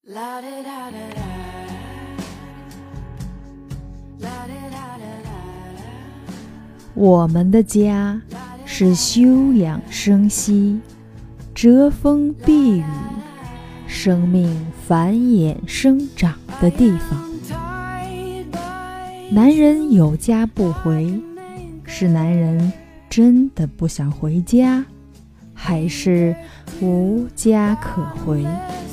我们的家是休养生息、遮风避雨、生命繁衍生长的地方。男人有家不回，是男人真的不想回家，还是无家可回？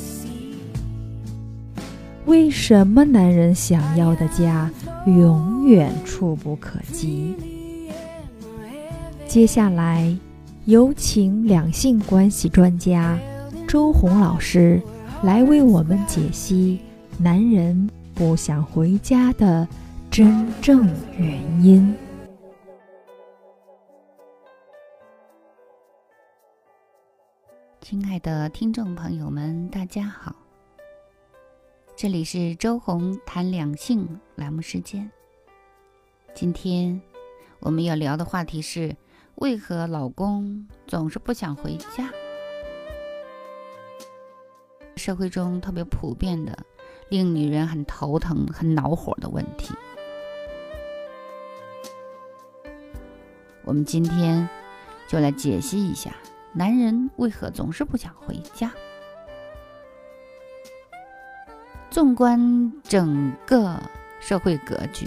为什么男人想要的家永远触不可及？接下来有请两性关系专家周红老师来为我们解析男人不想回家的真正原因。 亲爱的听众朋友们，大家好，这里是周红谈两性栏目时间。今天我们要聊的话题是，为何老公总是不想回家？社会中特别普遍的，令女人很头疼、很恼火的问题。我们今天就来解析一下，男人为何总是不想回家。纵观整个社会格局，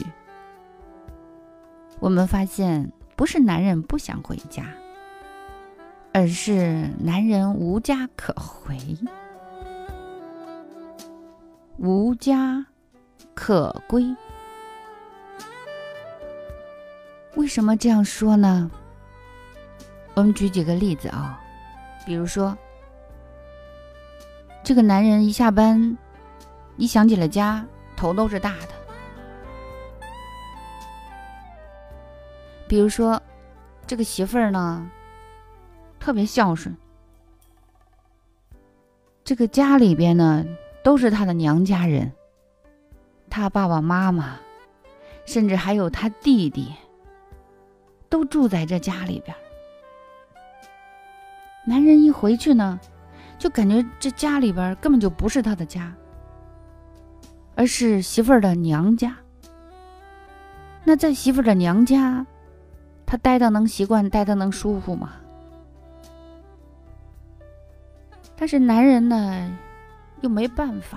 我们发现不是男人不想回家，而是男人无家可回，无家可归。为什么这样说呢？我们举几个例子啊，比如说，这个男人一下班，一想起了家，头都是大的。比如说，这个媳妇儿呢，特别孝顺，这个家里边呢，都是他的娘家人，他爸爸妈妈，甚至还有他弟弟，都住在这家里边。男人一回去呢，就感觉这家里边根本就不是他的家，而是媳妇儿的娘家。那在媳妇儿的娘家，他待得能习惯，待得能舒服吗？但是男人呢，又没办法。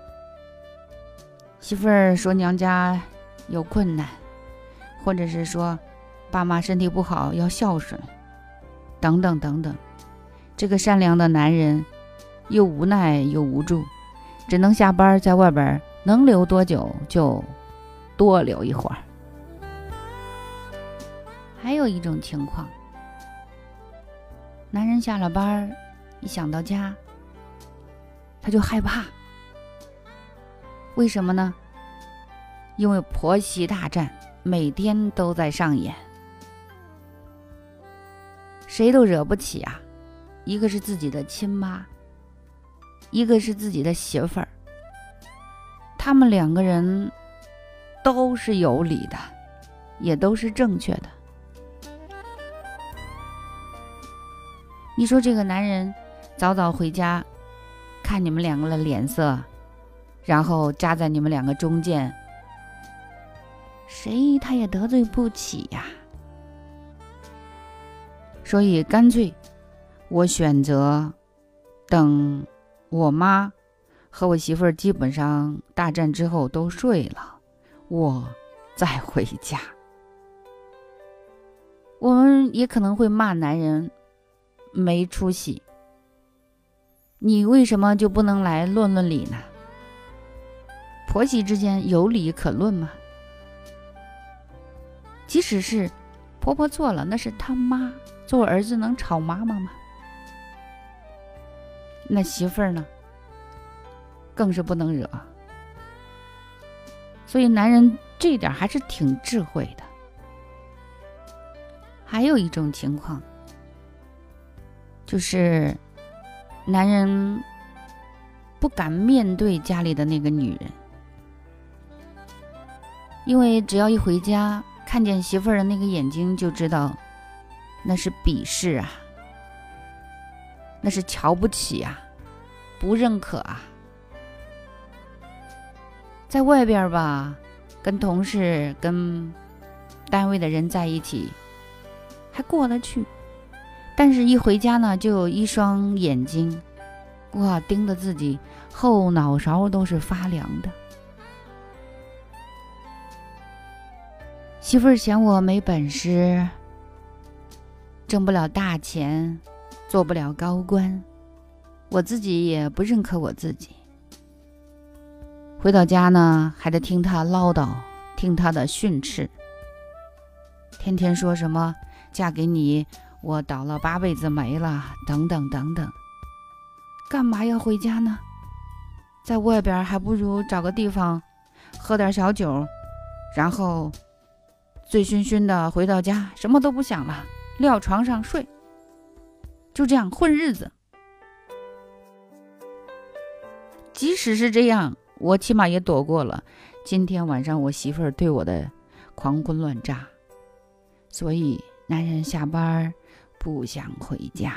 媳妇儿说娘家有困难，或者是说爸妈身体不好要孝顺，等等等等。这个善良的男人又无奈又无助，只能下班在外边能留多久就多留一会儿。还有一种情况，男人下了班一想到家，他就害怕。为什么呢？因为婆媳大战每天都在上演，谁都惹不起啊。一个是自己的亲妈，一个是自己的媳妇儿，他们两个人都是有理的，也都是正确的。你说这个男人早早回家，看你们两个的脸色，然后扎在你们两个中间，谁他也得罪不起呀。所以干脆我选择等我妈和我媳妇儿基本上大战之后都睡了，我再回家。我们也可能会骂男人没出息，你为什么就不能来论论理呢？婆媳之间有理可论吗？即使是婆婆错了，那是他妈，做儿子能吵妈妈吗？那媳妇儿呢，更是不能惹。所以男人这一点还是挺智慧的。还有一种情况，就是男人不敢面对家里的那个女人，因为只要一回家，看见媳妇儿的那个眼睛就知道那是鄙视啊，那是瞧不起啊，不认可啊。 在外边吧，跟同事、跟单位的人在一起还过得去，但是一回家呢，就有一双眼睛，哇，盯着自己后脑勺都是发凉的。媳妇儿嫌我没本事，挣不了大钱，做不了高官，我自己也不认可我自己。回到家呢，还得听他唠叨，听他的训斥，天天说什么嫁给你我倒了8辈子霉了，等等等等。干嘛要回家呢？在外边还不如找个地方喝点小酒，然后醉醺醺的回到家，什么都不想了，撂床上睡，就这样混日子。即使是这样，我起码也躲过了今天晚上我媳妇儿对我的狂轰乱炸。所以男人下班不想回家。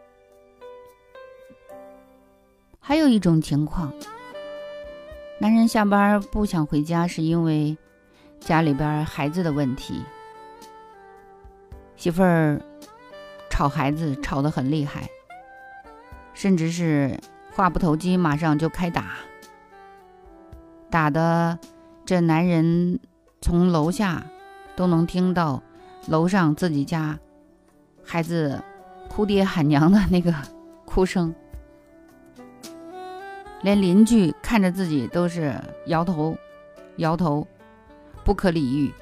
还有一种情况，男人下班不想回家是因为家里边孩子的问题，媳妇儿吵孩子吵得很厉害，甚至是话不投机马上就开打，打的这男人从楼下都能听到楼上自己家孩子哭爹喊娘的那个哭声，连邻居看着自己都是摇头摇头，不可理喻。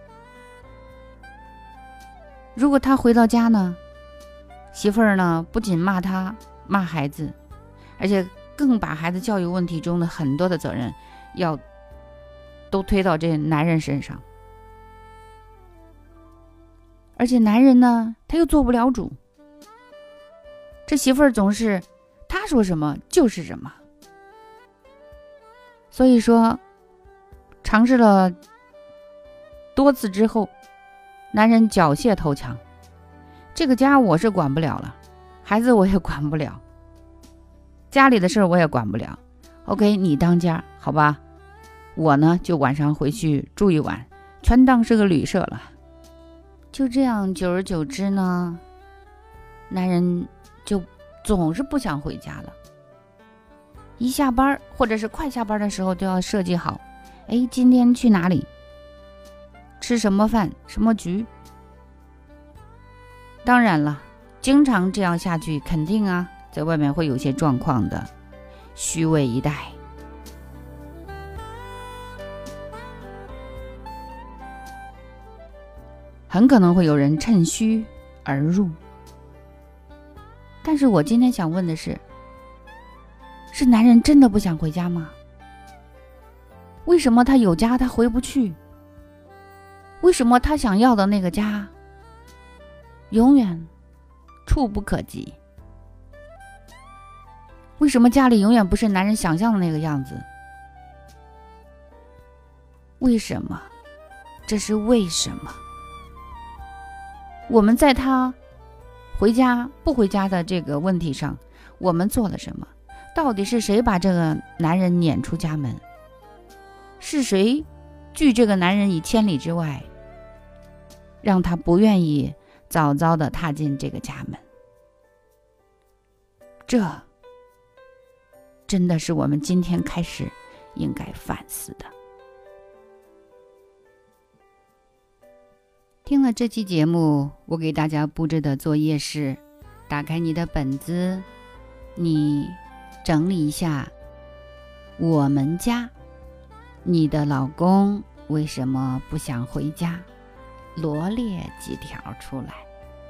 如果他回到家呢，媳妇儿呢不仅骂他骂孩子，而且更把孩子教育问题中的很多的责任都推到这男人身上。而且男人呢他又做不了主，这媳妇儿总是他说什么就是什么。所以说尝试了多次之后，男人缴械投降，这个家我是管不了了，孩子我也管不了，家里的事我也管不了， OK 你当家好吧，我呢就晚上回去住一晚，全当是个旅社了。就这样久而久之呢，男人就总是不想回家了，一下班或者是快下班的时候就要设计好，今天去哪里，吃什么饭，什么局。当然了，经常这样下去肯定啊在外面会有些状况的，虚伪以待。很可能会有人趁虚而入。但是我今天想问的是男人真的不想回家吗？为什么他有家他回不去？为什么他想要的那个家永远触不可及？为什么家里永远不是男人想象的那个样子？为什么？这是为什么？我们在他回家不回家的这个问题上，我们做了什么？到底是谁把这个男人撵出家门？是谁拒这个男人以千里之外，让他不愿意早早的踏进这个家门？这真的是我们今天开始应该反思的。听了这期节目，我给大家布置的作业是：打开你的本子，你整理一下我们家，你的老公为什么不想回家，罗列几条出来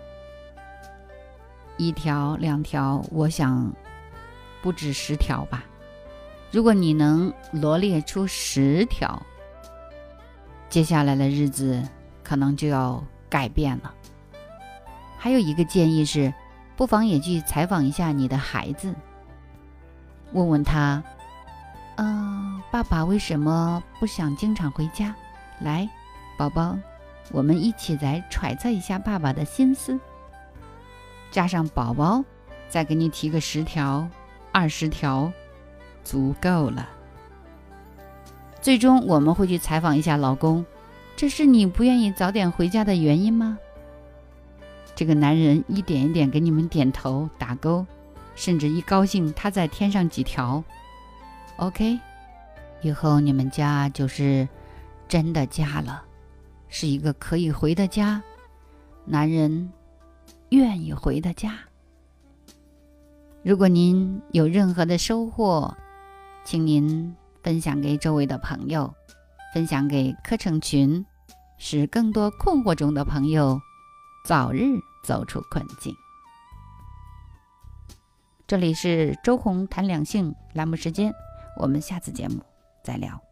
，1条2条，我想不止10条吧。如果你能罗列出10条，接下来的日子可能就要改变了。还有一个建议是，不妨也去采访一下你的孩子，问问他，爸爸为什么不想经常回家？来，宝宝，我们一起来揣测一下爸爸的心思。加上宝宝再给你提个10条、20条，足够了。 最终我们会去采访一下老公，这是你不愿意早点回家的原因吗？这个男人一点一点给你们点头打勾，甚至一高兴他再添上几条。 OK， 以后你们家就是真的家了，是一个可以回的家，男人愿意回的家。如果您有任何的收获，请您分享给周围的朋友，分享给课程群，使更多困惑中的朋友早日走出困境。这里是周红谈两性栏目时间，我们下次节目再聊。